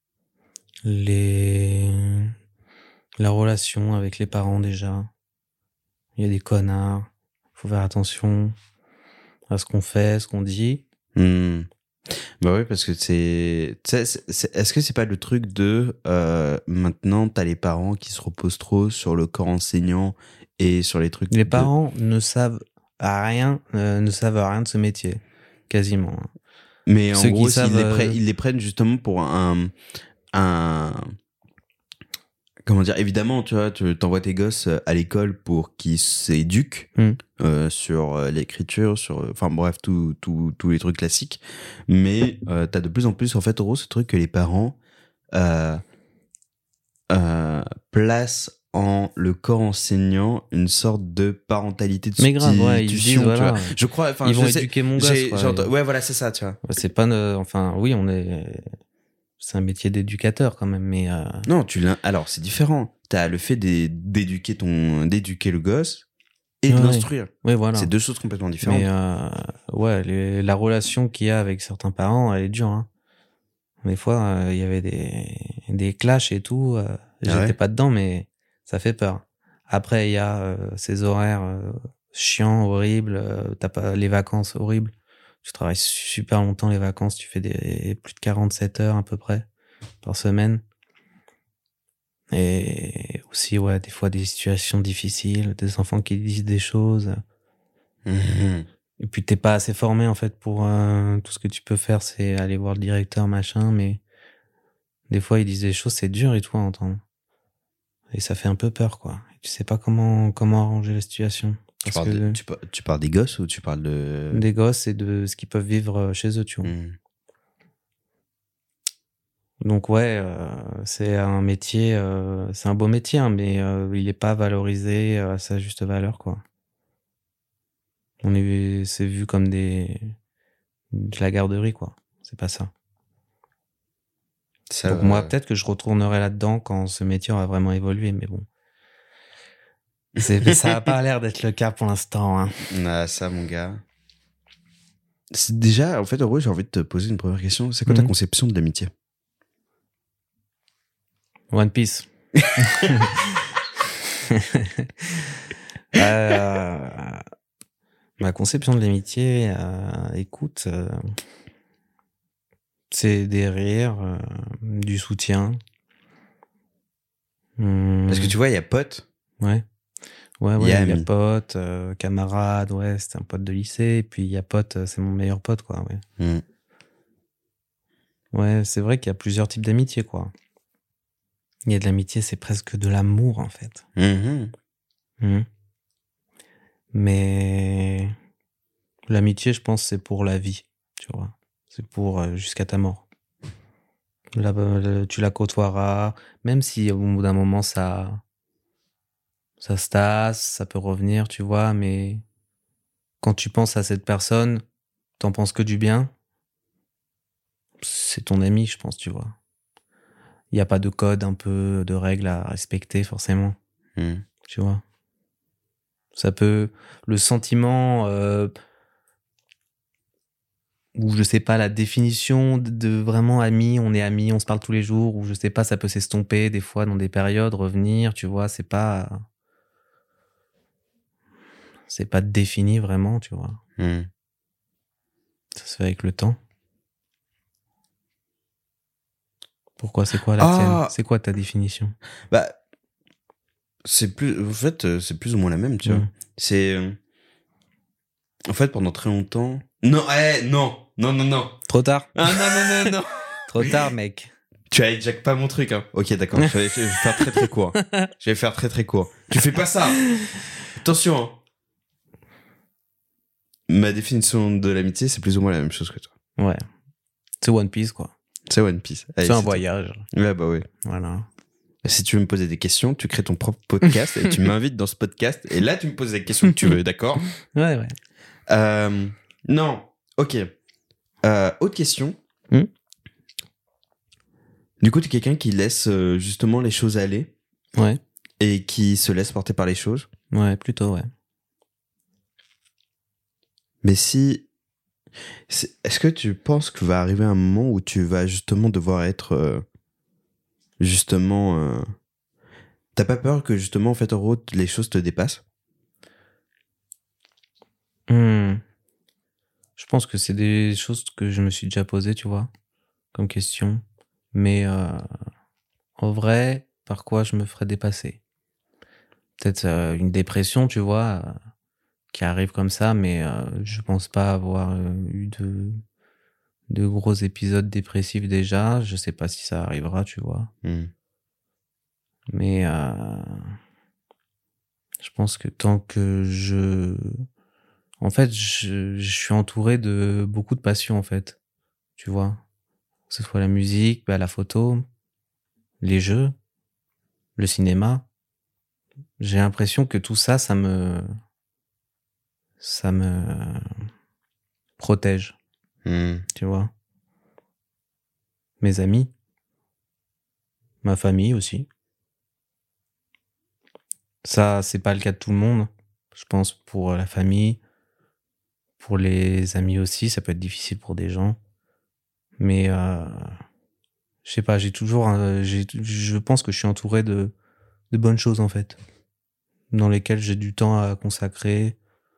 La relation avec les parents, déjà. Il y a des connards. Faut faire attention à ce qu'on fait, ce qu'on dit. Bah oui, parce que est-ce que c'est pas le truc de maintenant t'as les parents qui se reposent trop sur le corps enseignant et sur les trucs. Les parents ne savent rien de ce métier, quasiment. Mais en gros, ils les prennent justement pour un comment dire, évidemment, tu vois, tu t'envoies tes gosses à l'école pour qu'ils s'éduquent sur l'écriture, enfin bref, tous les trucs classiques. Mais t'as de plus en plus, en fait, en gros, ce truc que les parents placent en le corps enseignant une sorte de parentalité de substitution. Mais grave, ouais, ils disent, voilà, tu vois. Je crois, enfin, ils vont éduquer mon gosse, quoi. Ouais, voilà, c'est ça, tu vois. C'est pas, enfin, oui, c'est un métier d'éducateur quand même, mais non, alors c'est différent. T'as le fait d'éduquer le gosse et de l'instruire. Ouais, voilà. C'est deux choses complètement différentes. Mais la relation qu'il y a avec certains parents, elle est dure. Hein. Des fois, il y avait des clashs et tout. J'étais pas dedans, mais ça fait peur. Après, il y a ces horaires chiant, horrible, t'as pas les vacances horribles. Tu travailles super longtemps les vacances, tu fais plus de 47 heures à peu près par semaine. Et aussi, ouais, des fois des situations difficiles, des enfants qui disent des choses. Et puis t'es pas assez formé en fait pour tout ce que tu peux faire, c'est aller voir le directeur, machin, mais des fois ils disent des choses, c'est dur et tout à entendre. Et ça fait un peu peur, quoi. Et tu sais pas comment arranger la situation. Parce que Tu parles des gosses ou tu parles de... des gosses et de ce qu'ils peuvent vivre chez eux, tu vois. Donc ouais, c'est un métier, c'est un beau métier, hein, mais il est pas valorisé à sa juste valeur, quoi. C'est vu comme de la garderie, quoi. C'est pas ça. Donc moi, peut-être que je retournerai là-dedans quand ce métier aura vraiment évolué, mais bon. Ça a pas l'air d'être le cas pour l'instant, hein. Ah, ça, mon gars. Déjà, en fait, en gros, j'ai envie de te poser une première question. C'est quoi ta conception de l'amitié? One Piece. Ma conception de l'amitié, écoute, c'est des rires, du soutien. Parce que tu vois, il y a pote. Ouais. Il y a pote, camarade, ouais, c'était un pote de lycée. Et puis il y a pote, c'est mon meilleur pote, quoi. Ouais, ouais, c'est vrai qu'il y a plusieurs types d'amitié, quoi. Il y a de l'amitié, c'est presque de l'amour, en fait. Mais l'amitié, je pense, c'est pour la vie, tu vois. C'est pour jusqu'à ta mort. Là, tu la côtoieras, même si au bout d'un moment, ça se tasse, ça peut revenir, tu vois, mais quand tu penses à cette personne, t'en penses que du bien. C'est ton ami, je pense, tu vois. Il n'y a pas de code, un peu de règles à respecter, forcément. Tu vois. Ça peut... Le sentiment... ou je sais pas, la définition de vraiment amis, on est amis, on se parle tous les jours, ou je sais pas, ça peut s'estomper des fois dans des périodes, revenir, tu vois, c'est pas défini vraiment, tu vois. Ça se fait avec le temps. Pourquoi? C'est quoi la tienne? C'est quoi ta définition? Bah, c'est plus... En fait, c'est plus ou moins la même, tu vois. C'est... En fait, pendant très longtemps... Non, non. Trop tard. Ah, non. Trop tard, mec. Tu hijack pas mon truc, hein. Ok, d'accord. Je vais faire très très court. Je vais faire très très court. Tu fais pas ça. Attention, hein. Ma définition de l'amitié, c'est plus ou moins la même chose que toi. Ouais. C'est One Piece, quoi. C'est One Piece. Allez, c'est un voyage. Ouais, bah oui. Voilà. Si tu veux me poser des questions, tu crées ton propre podcast et tu m'invites dans ce podcast. Et là, tu me poses les questions que tu veux, d'accord? Ouais. Non. Ok. Autre question. Du coup, tu es quelqu'un qui laisse justement les choses aller. Ouais. Et qui se laisse porter par les choses. Ouais, plutôt, ouais. Mais si... Est-ce que tu penses qu'il va arriver un moment où tu vas justement devoir être... T'as pas peur que justement, en fait, en gros, les choses te dépassent? Je pense que c'est des choses que je me suis déjà posées, tu vois, comme question. Mais en vrai, par quoi je me ferais dépasser? Peut-être une dépression, tu vois, qui arrive comme ça, mais je pense pas avoir eu de gros épisodes dépressifs déjà. Je sais pas si ça arrivera, tu vois. Mais je pense que tant que en fait, je suis entouré de beaucoup de passions, en fait. Tu vois. Que ce soit la musique, la photo, les jeux, le cinéma. J'ai l'impression que tout ça, ça me protège. Tu vois. Mes amis. Ma famille aussi. Ça, c'est pas le cas de tout le monde. Je pense pour la famille, pour les amis aussi, ça peut être difficile pour des gens. Mais je sais pas, je pense que je suis entouré de bonnes choses en fait, dans lesquelles j'ai du temps à consacrer,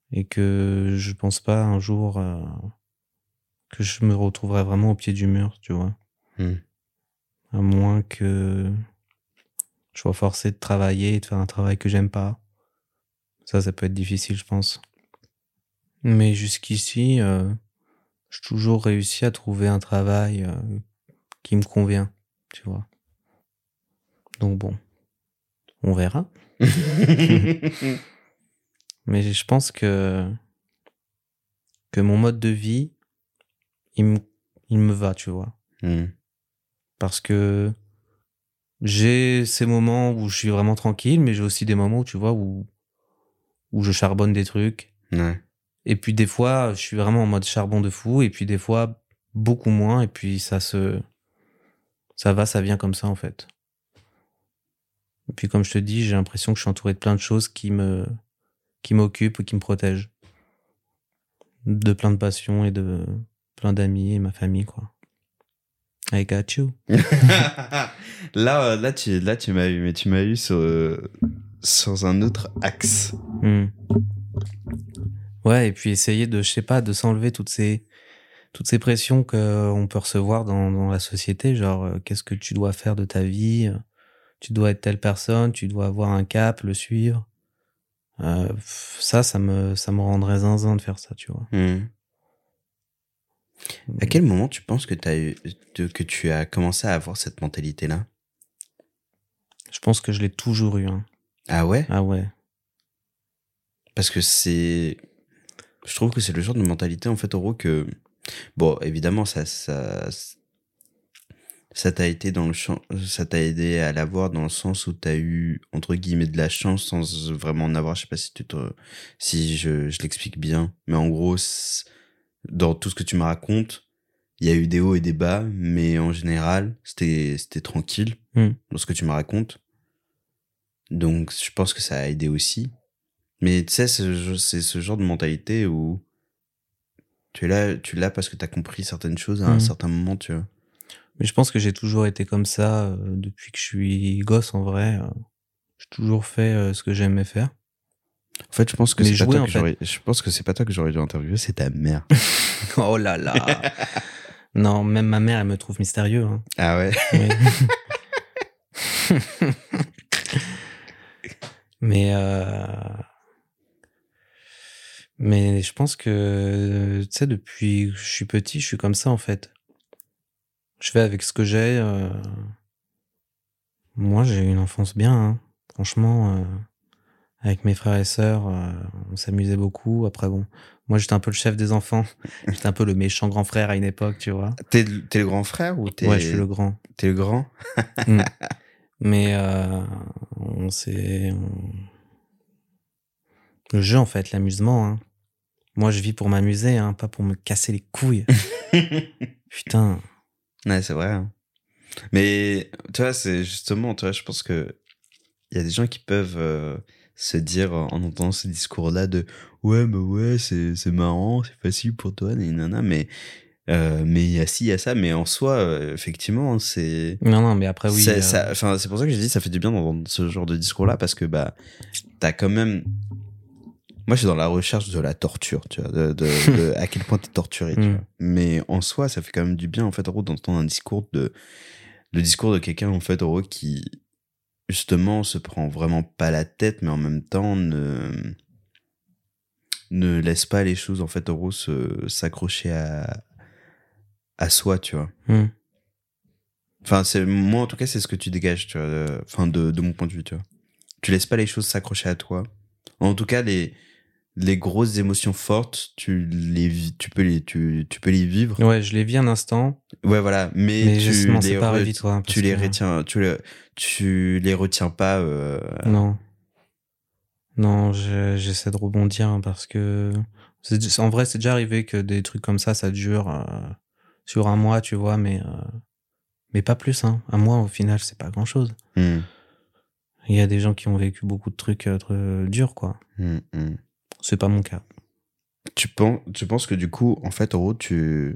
et que je pense pas un jour que je me retrouverai vraiment au pied du mur, tu vois. À moins que je sois forcé de travailler et de faire un travail que j'aime pas. Ça peut être difficile, je pense. Mais jusqu'ici, j'ai toujours réussi à trouver un travail qui me convient, tu vois. Donc bon, on verra. Mais je pense que mon mode de vie, il me va, tu vois. Parce que j'ai ces moments où je suis vraiment tranquille, mais j'ai aussi des moments où, tu vois, où je charbonne des trucs. Ouais. Et puis des fois, je suis vraiment en mode charbon de fou, et puis des fois, beaucoup moins, et puis ça va, ça vient comme ça, en fait. Et puis comme je te dis, j'ai l'impression que je suis entouré de plein de choses qui m'occupent ou qui me protègent. De plein de passions et de plein d'amis et ma famille, quoi. I got you. Là, tu m'as eu, mais tu m'as eu sur un autre axe. Ouais, et puis essayer de, je sais pas, de s'enlever toutes ces pressions qu'on peut recevoir dans la société, genre qu'est-ce que tu dois faire de ta vie, tu dois être telle personne, tu dois avoir un cap, le suivre. Ça me rendrait zinzin de faire ça, tu vois. À quel moment tu penses que que tu as commencé à avoir cette mentalité-là? Je pense que je l'ai toujours eu. Hein. Ah ouais? Ah ouais. Parce que je trouve que c'est le genre de mentalité, en fait, en gros, que, bon, évidemment, ça t'a été ça t'a aidé à l'avoir dans le sens où t'as eu, entre guillemets, de la chance sans vraiment en avoir. Je sais pas si je l'explique bien. Mais en gros, dans tout ce que tu me racontes, il y a eu des hauts et des bas, mais en général, c'était tranquille dans ce que tu me racontes. Donc, je pense que ça a aidé aussi. Mais tu sais, c'est ce genre de mentalité où tu l'as parce que t'as compris certaines choses à un certain moment, tu vois. Mais je pense que j'ai toujours été comme ça depuis que je suis gosse, en vrai. J'ai toujours fait ce que j'aimais faire. En fait, je pense que c'est pas toi que j'aurais dû interviewer, c'est ta mère. Oh là là. Non, même ma mère, elle me trouve mystérieux. Hein. Ah ouais. Oui. Mais je pense que, tu sais, depuis que je suis petit, je suis comme ça, en fait. Je fais avec ce que j'ai. Moi, j'ai eu une enfance bien, hein. Franchement, avec mes frères et sœurs, on s'amusait beaucoup. Après, bon, moi, j'étais un peu le chef des enfants. J'étais un peu le méchant grand frère à une époque, tu vois. T'es le grand frère ou Ouais, je suis le grand. T'es le grand? Mais le jeu, en fait, l'amusement, hein. Moi, je vis pour m'amuser, hein, pas pour me casser les couilles. Putain. Ouais, c'est vrai. Hein. Mais tu vois, c'est justement, tu vois, je pense que il y a des gens qui peuvent se dire en entendant ce discours-là de ouais, mais ouais, c'est marrant, c'est facile pour toi, nanana, mais il y a ci, il y a ça, mais en soi, effectivement, c'est. Non, mais après, oui. Enfin, c'est pour ça que j'ai dit, ça fait du bien d'entendre ce genre de discours-là, parce que bah, t'as quand même. Moi, je suis dans la recherche de la torture, tu vois, de à quel point t'es torturé, tu vois. Mais en soi, ça fait quand même du bien, en fait, en gros, d'entendre le discours de quelqu'un, en fait, en gros, qui, justement, se prend vraiment pas la tête, mais en même temps, ne laisse pas les choses, en fait, en gros, s'accrocher à soi, tu vois. Enfin, moi, en tout cas, c'est ce que tu dégages, tu vois, enfin, de mon point de vue, tu vois. Tu laisses pas les choses s'accrocher à toi. En tout cas, les grosses émotions fortes, tu peux les vivre. Ouais, je les vis un instant. Ouais, voilà. Mais tu les retiens, tu les retiens pas, Non, j'essaie de rebondir hein, parce que en vrai, c'est déjà arrivé que des trucs comme ça dure sur un mois, tu vois, mais pas plus, hein. Un mois, au final, c'est pas grand chose. Il y a des gens qui ont vécu beaucoup de trucs durs, quoi. C'est pas mon cas. Tu penses que du coup, en fait, en gros, tu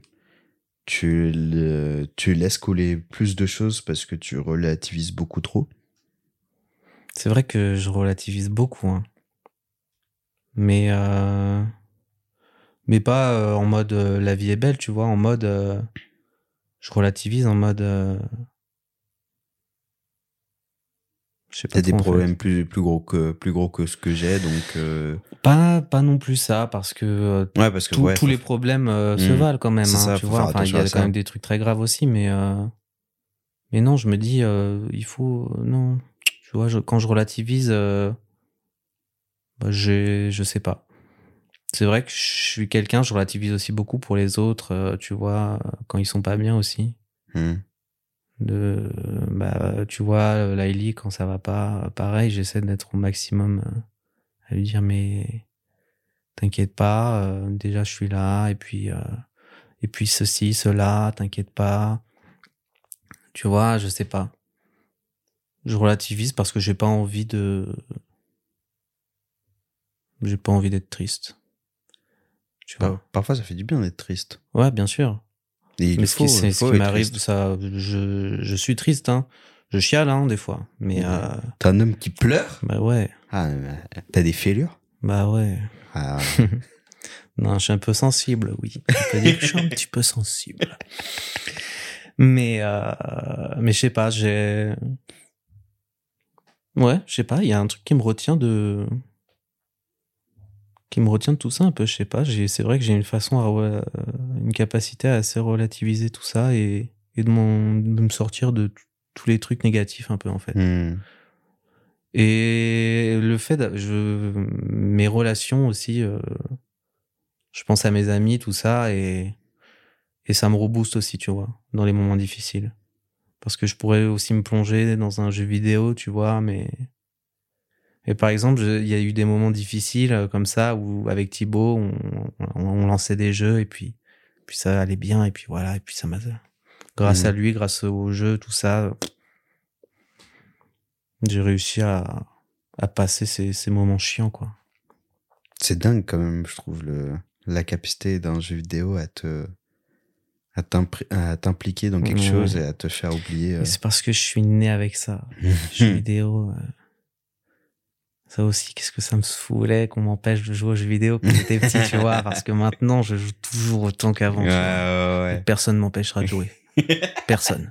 laisses couler plus de choses parce que tu relativises beaucoup trop? C'est vrai que je relativise beaucoup, hein. Mais pas en mode la vie est belle, tu vois, en mode je relativise en mode je sais pas T'as des trop, en problèmes fait. plus gros que ce que j'ai, donc Pas non plus ça, parce que ouais, parce que tous les problèmes se valent quand même, c'est hein, ça, tu faut vois. faire Enfin, il attention y à a quand ça. même des trucs très graves aussi, mais non, je me dis, il faut non, tu vois, quand je relativise, je sais pas. C'est vrai que je suis quelqu'un, je relativise aussi beaucoup pour les autres, tu vois, quand ils sont pas bien aussi. Mhm. Tu vois, Laïli, quand ça va pas, pareil, j'essaie d'être au maximum à lui dire, mais t'inquiète pas, déjà je suis là, et puis ceci, cela, t'inquiète pas. Tu vois, je sais pas. Je relativise parce que j'ai pas envie d'être triste. Tu vois. Parfois, ça fait du bien d'être triste. Ouais, bien sûr. Et Mais il ce qui faut être m'arrive, triste. ça, je suis triste, hein. Je chiale, hein, des fois. Mais, T'es un homme qui pleure? bah ouais, Ah, t'as des fêlures? bah ouais. Ah, Non, je suis un peu sensible, oui. On peut dire que je suis un petit peu sensible. Mais je sais pas, ouais, je sais pas, il y a un truc qui me retient de tout ça un peu, je sais pas. C'est vrai que j'ai une une capacité à assez relativiser tout ça et de me sortir de tous les trucs négatifs un peu, en fait. Et le fait, mes relations aussi, je pense à mes amis, tout ça, et ça me rebooste aussi, tu vois, dans les moments difficiles. Parce que je pourrais aussi me plonger dans un jeu vidéo, tu vois, mais par exemple, il y a eu des moments difficiles comme ça où avec Thibaut, on lançait des jeux et puis ça allait bien et puis voilà, et puis ça m'a grâce à lui, grâce au jeu, tout ça, j'ai réussi à passer ces moments chiants, quoi. c'est dingue quand même, je trouve, la capacité d'un jeu vidéo à t'impliquer dans quelque chose et à te faire oublier. Et c'est parce que je suis né avec ça. Jeux vidéo. Ça aussi, qu'est-ce que ça me saoulait qu'on m'empêche de jouer aux jeux vidéo quand j'étais petit, tu vois, parce que maintenant, je joue toujours autant qu'avant, tu vois. Ouais. Et personne m'empêchera de jouer. Personne.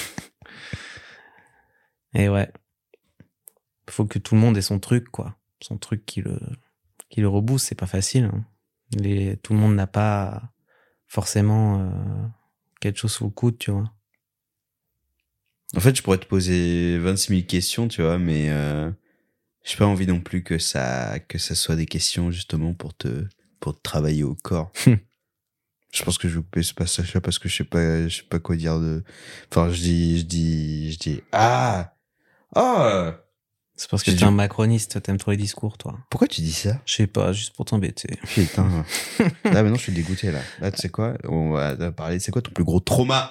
Et ouais. Faut que tout le monde ait son truc, quoi. Son truc qui le rebooste, c'est pas facile, hein. Tout le monde n'a pas forcément quelque chose sous le coude, tu vois. En fait, je pourrais te poser 26 000 questions, tu vois, mais j'ai pas envie non plus que ça soit des questions justement pour te travailler au corps. Je pense que je vais couper ce passage-là parce que je sais pas quoi dire de. Enfin, je dis ah. C'est parce que t'es un macroniste, t'aimes trop les discours, toi. Pourquoi tu dis ça? Je sais pas, juste pour t'embêter. Putain. Là maintenant, je suis dégoûté là. Là, tu sais quoi? On va parler. C'est quoi ton plus gros trauma?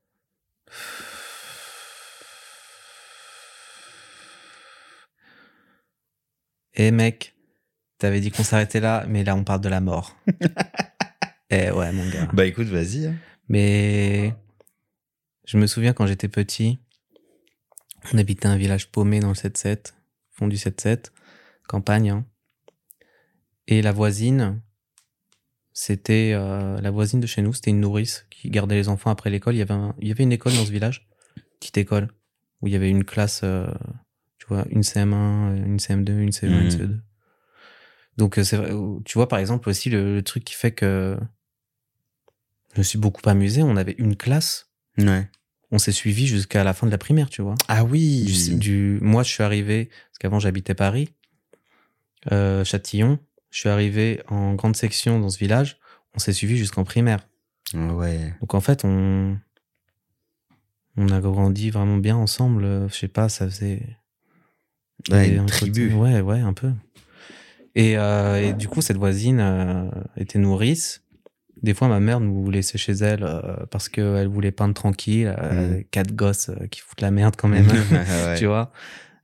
Eh mec, t'avais dit qu'on s'arrêtait là, mais là on parle de la mort. Eh ouais, mon gars. Bah écoute, vas-y. Hein. Mais je me souviens quand j'étais petit, on habitait un village paumé dans le 7-7, fond du 7-7, campagne, hein. Et la voisine, c'était la voisine de chez nous, c'était une nourrice qui gardait les enfants après l'école. Il y avait une école dans ce village, petite école, où il y avait une classe, tu vois, une CM1, une CM2, une CE1, une CE2. Donc c'est vrai, tu vois, par exemple aussi le truc qui fait que je me suis beaucoup amusé, on avait une classe. Ouais. On s'est suivi jusqu'à la fin de la primaire, tu vois. Ah oui. Moi, je suis arrivé, parce qu'avant j'habitais Paris, Châtillon. Je suis arrivé en grande section dans ce village. On s'est suivi jusqu'en primaire. Ouais. Donc en fait, on a grandi vraiment bien ensemble. Je sais pas, ça faisait. Ouais, une tribu. Ouais, un peu. Et du coup, cette voisine était nourrice. Des fois, ma mère nous laissait chez elle parce qu'elle voulait peindre tranquille. 4 gosses qui foutent la merde quand même, Ouais. tu vois.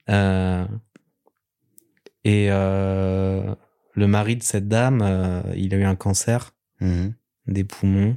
Et le mari de cette dame, il a eu un cancer des poumons.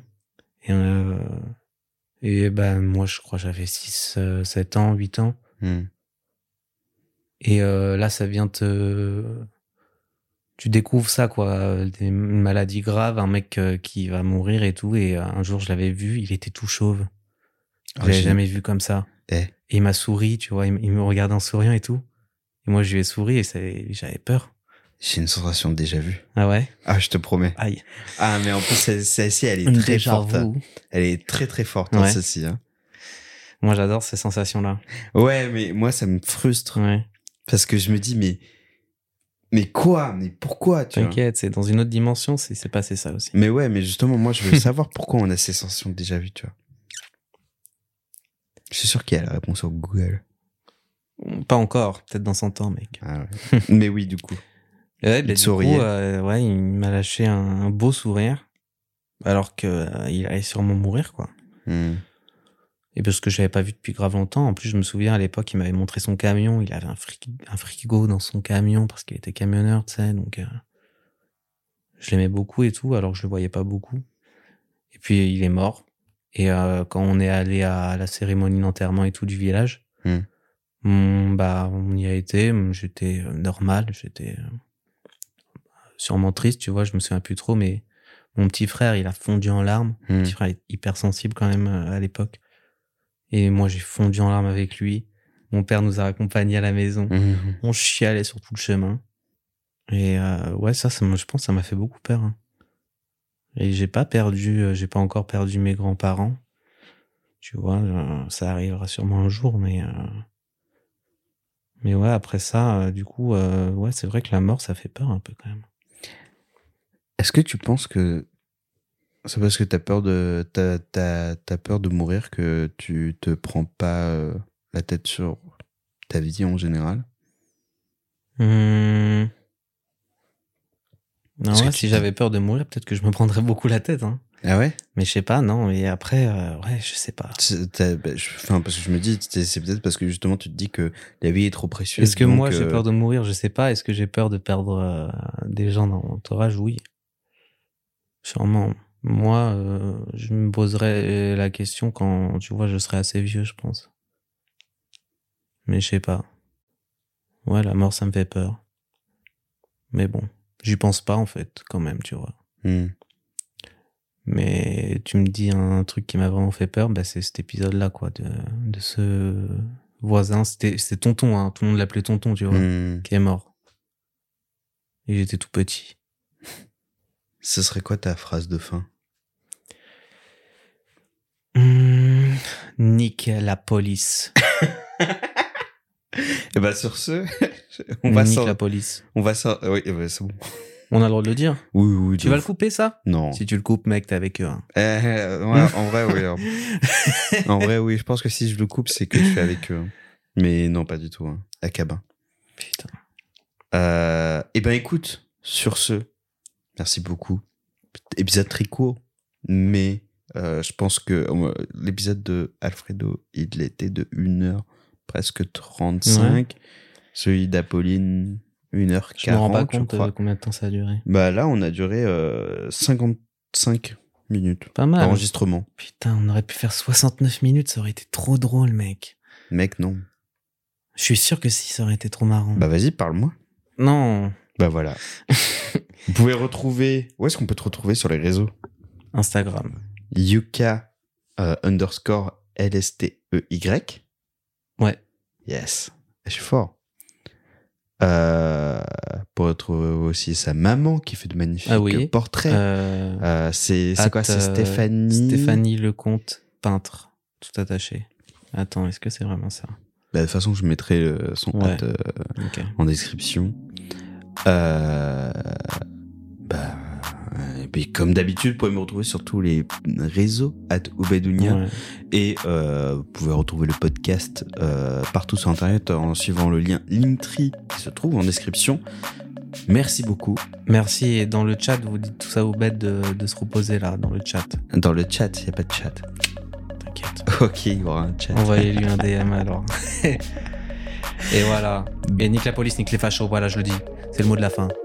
Et ben moi, je crois que j'avais 6, 7 ans, 8 ans. Et là, ça vient tu découvres ça, quoi. Une maladie grave, un mec qui va mourir et tout. Et un jour, je l'avais vu, il était tout chauve. Je l'avais jamais vu comme ça. Et il m'a souri, tu vois. Il me regardait en souriant et tout. Et moi, je lui ai souri et j'avais peur. J'ai une sensation de déjà vu. Ah ouais? Ah, je te promets. Aïe. Ah, mais en plus, celle-ci, elle est très forte. Elle est très, très forte, ouais. celle-ci. Hein. Moi, j'adore ces sensations-là. Ouais, mais moi, ça me frustre. Ouais. Parce que je me dis, mais quoi? Mais pourquoi? T'inquiète, c'est dans une autre dimension, c'est passé ça aussi. Mais ouais, mais justement, moi, je veux savoir pourquoi on a ces sensations de déjà vu, tu vois. Je suis sûr qu'il y a la réponse sur Google. Pas encore, peut-être dans 100 ans, mec. Ah ouais. Mais oui, du coup. Ouais, bah, du coup, ouais, il m'a lâché un beau sourire, alors que il allait sûrement mourir, quoi. Et parce que je l'avais pas vu depuis grave longtemps. En plus, je me souviens à l'époque, il m'avait montré son camion. Il avait un frigo dans son camion parce qu'il était camionneur, tu sais. Donc, je l'aimais beaucoup et tout, alors que je le voyais pas beaucoup. Et puis, il est mort. Et quand on est allé à la cérémonie d'enterrement et tout du village, bah, on y a été. J'étais normal, j'étais sûrement triste, tu vois. Je me souviens plus trop, mais mon petit frère, il a fondu en larmes. Mon petit frère est hyper sensible quand même à l'époque. Et moi, j'ai fondu en larmes avec lui. Mon père nous a accompagnés à la maison. On chialait sur tout le chemin. Et ouais, ça je pense, ça m'a fait beaucoup peur. Hein. Et j'ai pas encore perdu mes grands-parents. Tu vois, ça arrivera sûrement un jour, mais ouais, après ça, du coup, ouais, c'est vrai que la mort, ça fait peur un peu quand même. Est-ce que tu penses que c'est parce que t'as peur de mourir que tu te prends pas la tête sur ta vie en général? Non, ouais, si j'avais peur de mourir, peut-être que je me prendrais beaucoup la tête. Hein. Ah ouais? Mais je sais pas, non. Et après, ouais, je sais pas. Parce que je me dis, c'est peut-être parce que justement tu te dis que la vie est trop précieuse. Est-ce que moi j'ai peur de mourir? Je sais pas. Est-ce que j'ai peur de perdre des gens dans mon entourage? Oui. Sûrement. Moi, je me poserais la question quand, tu vois, je serai assez vieux, je pense. Mais je sais pas. Ouais, la mort, ça me fait peur. Mais bon, j'y pense pas, en fait, quand même, tu vois. Mais tu me dis un truc qui m'a vraiment fait peur, bah, c'est cet épisode-là, quoi, de ce voisin. C'était tonton, hein. Tout le monde l'appelait tonton, tu vois, qui est mort. Et j'étais tout petit. Ce serait quoi ta phrase de fin? Nique la police. Et bah sur ce, nique la police. Oui, bah, c'est bon. On a le droit de le dire? Oui. Tu vas le couper, ça? Non. Si tu le coupes, mec, t'es avec eux. Hein. Ouais, en vrai, oui. En vrai, oui. Je pense que si je le coupe, c'est que je suis avec eux. Mais non, pas du tout. Hein. À cabin. Putain. Eh ben, écoute, sur ce, merci beaucoup. Épisode très court, mais je pense que l'épisode de Alfredo, il était de 1h presque 35. Ouais. Celui d'Apolline, 1h40. Je me rends pas compte de combien de temps ça a duré. Bah là, on a duré 55 minutes. Pas mal. D'enregistrement. Putain, on aurait pu faire 69 minutes, ça aurait été trop drôle, mec. Mec, non. Je suis sûr que si, ça aurait été trop marrant. Bah vas-y, parle-moi. Non. Bah voilà. Vous pouvez retrouver... Où est-ce qu'on peut te retrouver sur les réseaux? Instagram. Yuka _ LSTEY. Ouais. Yes. Je suis fort. Pour retrouver aussi sa maman qui fait de magnifiques portraits. C'est quoi? C'est Stéphanie. Stéphanie Lecomte, peintre, tout attaché. Attends, est-ce que c'est vraiment ça? Bah, de toute façon, je mettrai son hâte en description. Et puis, comme d'habitude, vous pouvez me retrouver sur tous les réseaux @Oubedounia. Ouais. Et vous pouvez retrouver le podcast partout sur Internet en suivant le lien Linktree qui se trouve en description. Merci beaucoup. Merci. Et dans le chat, vous dites tout ça Oubed de se reposer là, dans le chat. Dans le chat, il n'y a pas de chat. T'inquiète. Ok, il y aura un chat. Envoyez-lui un DM alors. Et voilà. Et nique la police, nique les fachos. Voilà, je le dis. C'est le mot de la fin.